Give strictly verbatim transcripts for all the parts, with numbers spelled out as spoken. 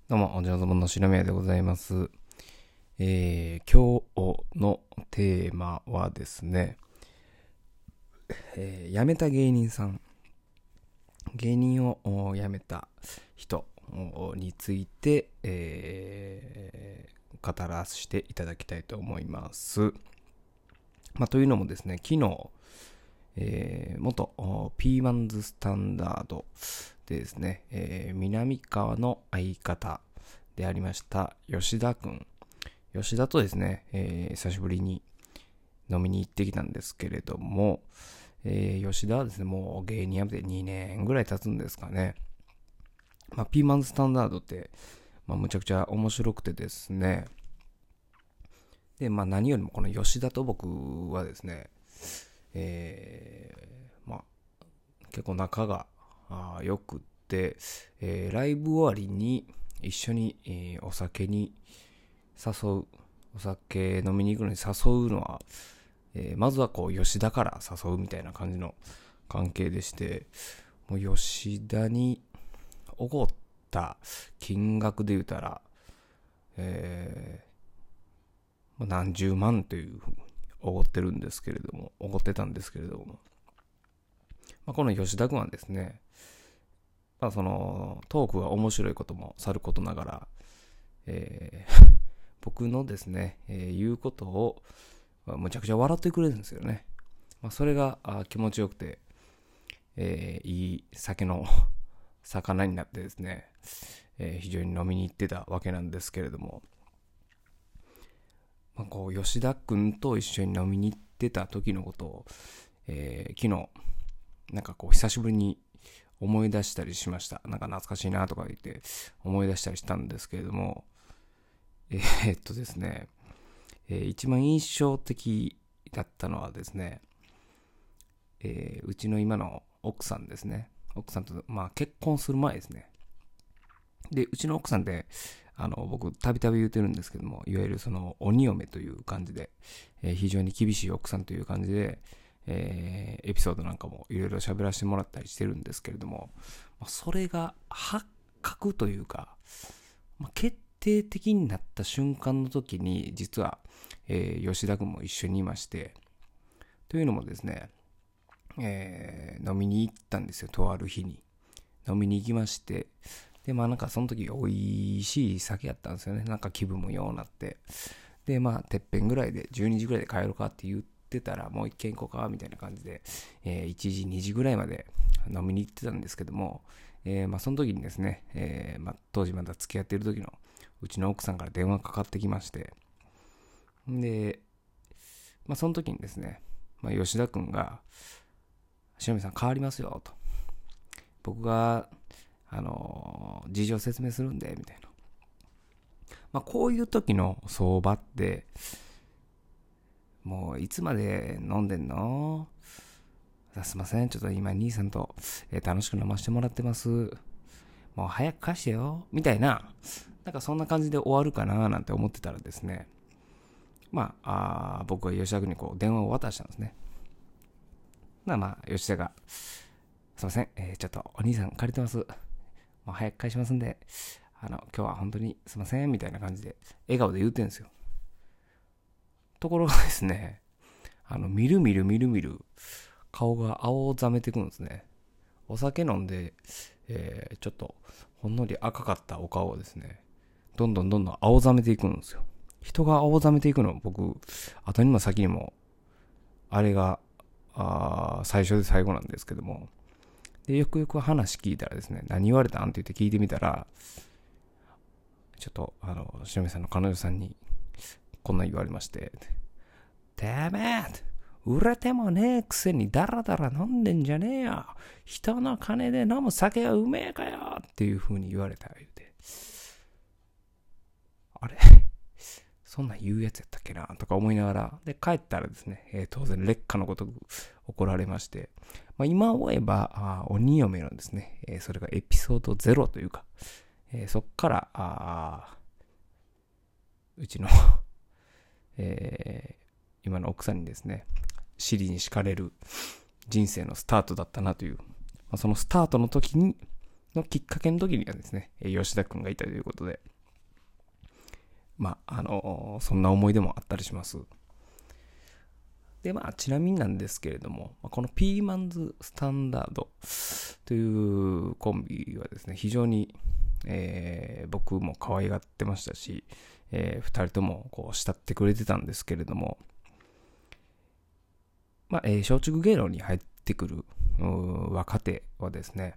どうも、おじゃずもの白宮でございます。えー、今日のテーマはですね、えー、辞めた芸人さん、芸人を辞めた人について、えー、語らせていただきたいと思います。まあ、というのもですね、昨日、えー、元ピーマンズスタンダードでですね、えー、南川の相方でありました吉田くん、吉田とですね、えー、久しぶりに飲みに行ってきたんですけれども、えー、吉田はですね、もう芸人辞めてにねんぐらい経つんですかね。まあ、ピーマンズスタンダードって、まあ、むちゃくちゃ面白くてですね。で、まあ何よりもこの吉田と僕はですね、えー、まあ結構仲が良くって、えー、ライブ終わりに一緒に、えー、お酒に誘う、お酒飲みに行くのに誘うのは、えー、まずはこう吉田から誘うみたいな感じの関係でして、もう吉田におごった金額で言うたら、えー、何十万というふうにおごってるんですけれども、おごってたんですけれども、まあ、この吉田君はですね、まあ、そのトークが面白いこともさることながら、えー、僕のですね、えー、言うことをむちゃくちゃ笑ってくれるんですよね。まあ、それが気持ちよくて、えー、いい酒の魚になってですね、えー、非常に飲みに行ってたわけなんですけれども、まあ、こう吉田くんと一緒に飲みに行ってた時のことを、えー、昨日なんかこう久しぶりに思い出したりしました。なんか懐かしいなとか言って思い出したりしたんですけれども、えー、っとですね、えー、一番印象的だったのはですね、えー、うちの今の奥さんですね。奥さんと、まあ、結婚する前ですね。で、うちの奥さんで、あの、僕、たびたび言ってるんですけども、いわゆるその、鬼嫁という感じで、えー非常に厳しい奥さんという感じで、えーエピソードなんかもいろいろ喋らせてもらったりしてるんですけれども、まあそれが発覚というか、まあ決定的になった瞬間の時に、実は、えー吉田君も一緒にいまして、というのもですね、えー飲みに行ったんですよ、とある日に。飲みに行きまして、で、まあなんかその時美味しい酒やったんですよね。なんか気分もようなって。で、まあてっぺんぐらいでじゅうにじぐらいで帰ろうかって言ってたら、もう一軒行こうかみたいな感じで、えーいちじ、にじぐらいまで飲みに行ってたんですけども、えーまあその時にですね、えーまあ当時まだ付き合ってる時のうちの奥さんから電話かかってきまして、で、まあその時にですね、まあ吉田くんが、白見さん変わりますよと。僕があのー事情説明するんでみたいな、まあ、こういう時の相場って、もういつまで飲んでんの、すいませんちょっと今兄さんと、えー楽しく飲ませてもらってます、もう早く貸してよみたいな、なんかそんな感じで終わるかななんて思ってたらですね、まあ、あ僕は吉田君にこう電話を渡したんですね。まあまあ吉田が、すいません、えーちょっとお兄さん借りてます、もう早く返しますんで、あの今日は本当にすいませんみたいな感じで笑顔で言うてんですよ。ところがですね、あのみるみるみるみる顔が青ざめてくるんですね。お酒飲んで、えー、ちょっとほんのり赤かったお顔をですね、どんどんどんどん青ざめていくんですよ。人が青ざめていくの僕後にも先にもあれがあ最初で最後なんですけども、でよくよく話聞いたらですね、何言われたんって言って聞いてみたら、ちょっとあのしのみさんの彼女さんにこんな言われまして、てめえ売れてもねえくせにダラダラ飲んでんじゃねえよ、人の金で飲む酒はうめえかよっていう風に言われた言うて、あれそんなん言うやつやったっけなとか思いながら、で帰ったらですね、えー当然劣化のごとく怒られまして、まあ、今思えばあ鬼嫁のですね、えーそれがエピソードゼロというか、えーそっからあうちのえー今の奥さんにですね、尻に敷かれる人生のスタートだったなという、まあ、そのスタートの時にのきっかけの時にはですね、吉田くんがいたということで、まあ、あの、そんな思い出もあったりします。で、まあ、ちなみになんですけれども、このピーマンズスタンダードというコンビはですね、非常に、えー、僕も可愛がってましたし、えー、二人ともこう慕ってくれてたんですけれども、まあ、えー、松竹芸能に入ってくる若手はですね、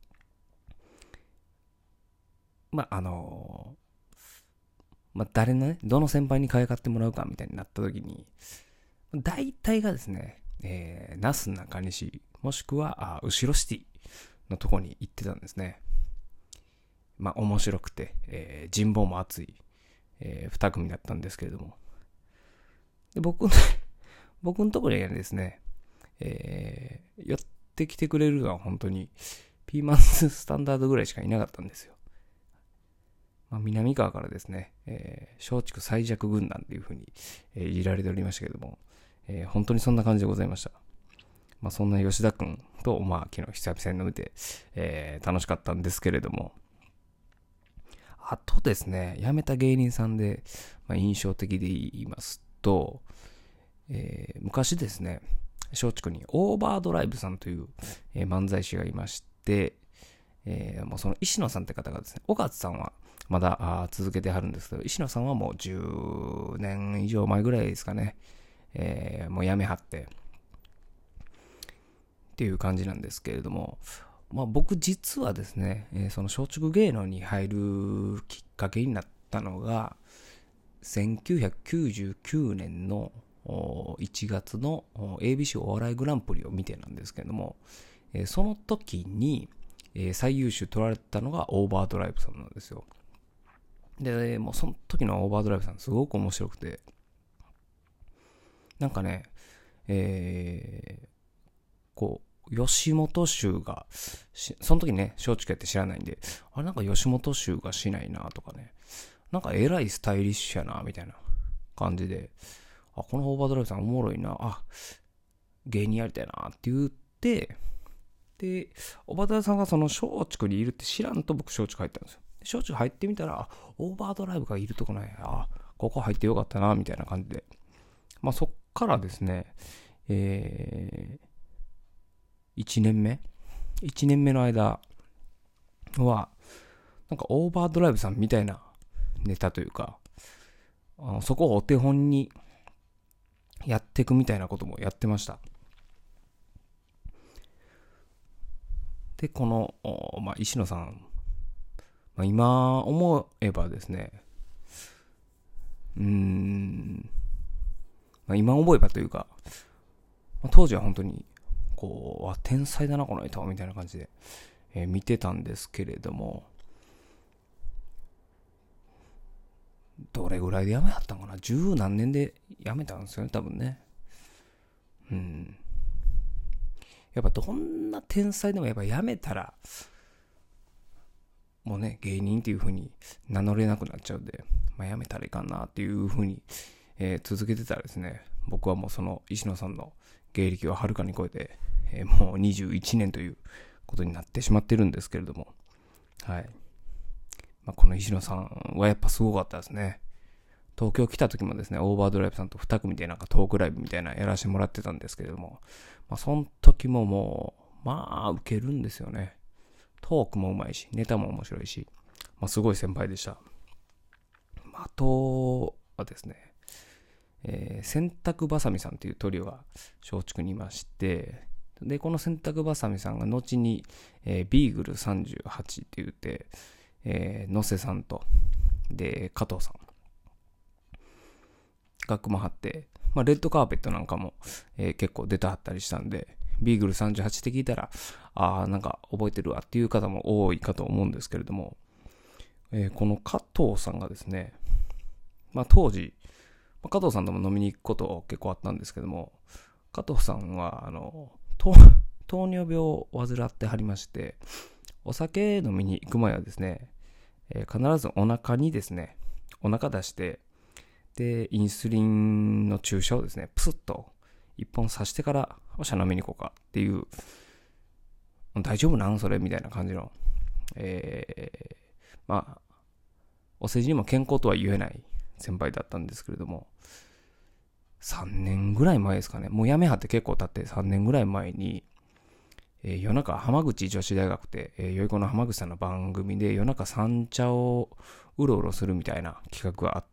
まあ、あのー、まあ、誰のね、どの先輩に可愛がってもらうかみたいになった時に、大体がですね、えー、なすなかにし、もしくは、あ後ろシティのとこに行ってたんですね。まあ、面白くて、えー、人望も厚い、えー、二組だったんですけれども。で、僕の、僕のところにはですね、えー、寄ってきてくれるのは本当に、ピーマンズスタンダードぐらいしかいなかったんですよ。まあ、南側からですね、えー、松竹最弱軍団っていう風に、えー、いじられておりましたけれども、えー、本当にそんな感じでございました。まあ、そんな吉田くんと、まあ、昨日久々に飲めて、えー、楽しかったんですけれども、あとですね、辞めた芸人さんで、まあ、印象的で言いますと、えー、昔ですね、松竹にオーバードライブさんという、えー、漫才師がいまして、えー、もうその石野さんって方がですね、岡津さんはまだ続けてはるんですけど、石野さんはもうじゅうねん以上前ぐらいですかね、えー、もう辞めはってっていう感じなんですけれども、まあ僕実はですね、えー、その松竹芸能に入るきっかけになったのがせんきゅうひゃくきゅうじゅうきゅうねんのいちがつの エービーシー お笑いグランプリを見てなんですけれども、えー、その時に、えー、最優秀取られたのがオーバードライブさんなんですよ。で、もうその時のオーバードライブさんすごく面白くて、なんかね、えー、こう、吉本衆が、その時ね、松竹やって知らないんで、あれなんか吉本衆がしないなとかね、なんかえらいスタイリッシュやなみたいな感じで、あ、このオーバードライブさんおもろいな、あ、芸人やりたいなって言って、で、オーバードライブさんがその松竹にいるって知らんと僕松竹入ったんですよ。松竹入ってみたら、オーバードライブがいるとこない、あ、ここ入ってよかったなみたいな感じで、まあそっからですね、えー、いちねんめ ?いち 年目の間は、なんかオーバードライブさんみたいなネタというか、あのそこをお手本にやっていくみたいなこともやってました。で、この、まあ、石野さん、まあ、今思えばですね、うーん、まあ、今思えばというか、まあ、当時は本当に、こう、あ、天才だな、この人、みたいな感じで、えー、見てたんですけれども、どれぐらいで辞めはったんかな、十何年で辞めたんですよね、多分ね。うん。やっぱどんな天才でもやっぱ辞めたら、もうね、芸人っていう風に名乗れなくなっちゃうんで、まあ、辞めたらいかんなっていう風に、えー、続けてたらですね、僕はもうその石野さんの芸歴をはるかに超えて、えー、もうにじゅういちねんということになってしまってるんですけれども、はい。まあ、この石野さんはやっぱすごかったですね。東京来た時もですね、オーバードライブさんとに組でなんかトークライブみたいなやらせてもらってたんですけれども、まあ、その時ももう、まあ、ウケるんですよね。トークもうまいし、ネタも面白いし、まあ、すごい先輩でした。あとはですね、えー、洗濯バサミさんっていうトリオが松竹にいまして、で、この洗濯バサミさんが後に、えー、ビーグルさんじゅうはちって言って、えー、野瀬さんと、で、加藤さんが組まはって、まあ、レッドカーペットなんかも、えー、結構出たはったりしたんで、ビーグルさんじゅうはちって聞いたら、ああ、なんか覚えてるわっていう方も多いかと思うんですけれども、えー、この加藤さんがですね、まあ当時、まあ、加藤さんとも飲みに行くこと結構あったんですけども、加藤さんは、あの、糖尿病を患ってはりまして、お酒飲みに行く前はですね、えー、必ずお腹にですね、お腹出して、で、インスリンの注射をですね、プスッと一本刺してから、おしゃ飲みに行こうかっていう、大丈夫なんそれみたいな感じの、 えー、まあ、お世辞にも健康とは言えない先輩だったんですけれども、さんねんぐらい前ですかね。もう辞めはって結構経ってさんねんぐらい前に、えー、夜中浜口女子大学で、えー、よいこの浜口さんの番組で夜中三茶をうろうろするみたいな企画があって、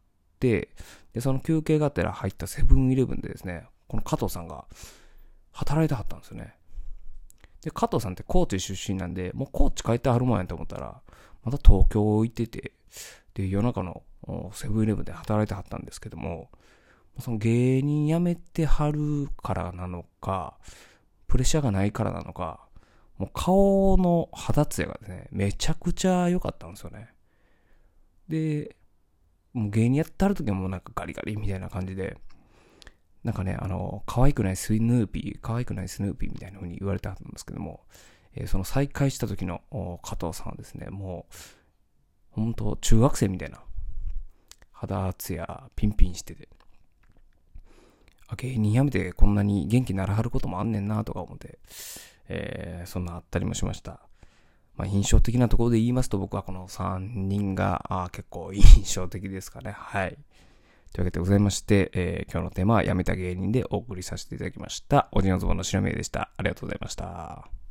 で、その休憩がてら入ったセブンイレブンでですね、この加藤さんが働いてはったんですよね。で、加藤さんって高知出身なんで、もう高知帰ってはるもんやと思ったら、また東京行ってて、で、夜中のセブンイレブンで働いてはったんですけども、その芸人辞めてはるからなのか、プレッシャーがないからなのか、もう顔の肌ツヤがね、めちゃくちゃ良かったんですよね。で、もう芸人やってはる時はもうなんかガリガリみたいな感じで、なんかね、あの、可愛くないスヌーピー、可愛くないスヌーピーみたいな風に言われてはったんですけども、えー、その再会した時の加藤さんはですね、もう、本当中学生みたいな肌ツヤピンピンしてて、あ、芸人辞めてこんなに元気ならはることもあんねんなとか思って、えー、そんなあったりもしました。まあ、印象的なところで言いますと、僕はこのさんにんがあ結構印象的ですかね。はい。というわけでございまして、えー、今日のテーマは辞めた芸人でお送りさせていただきました。おじのズボンの白目でした。ありがとうございました。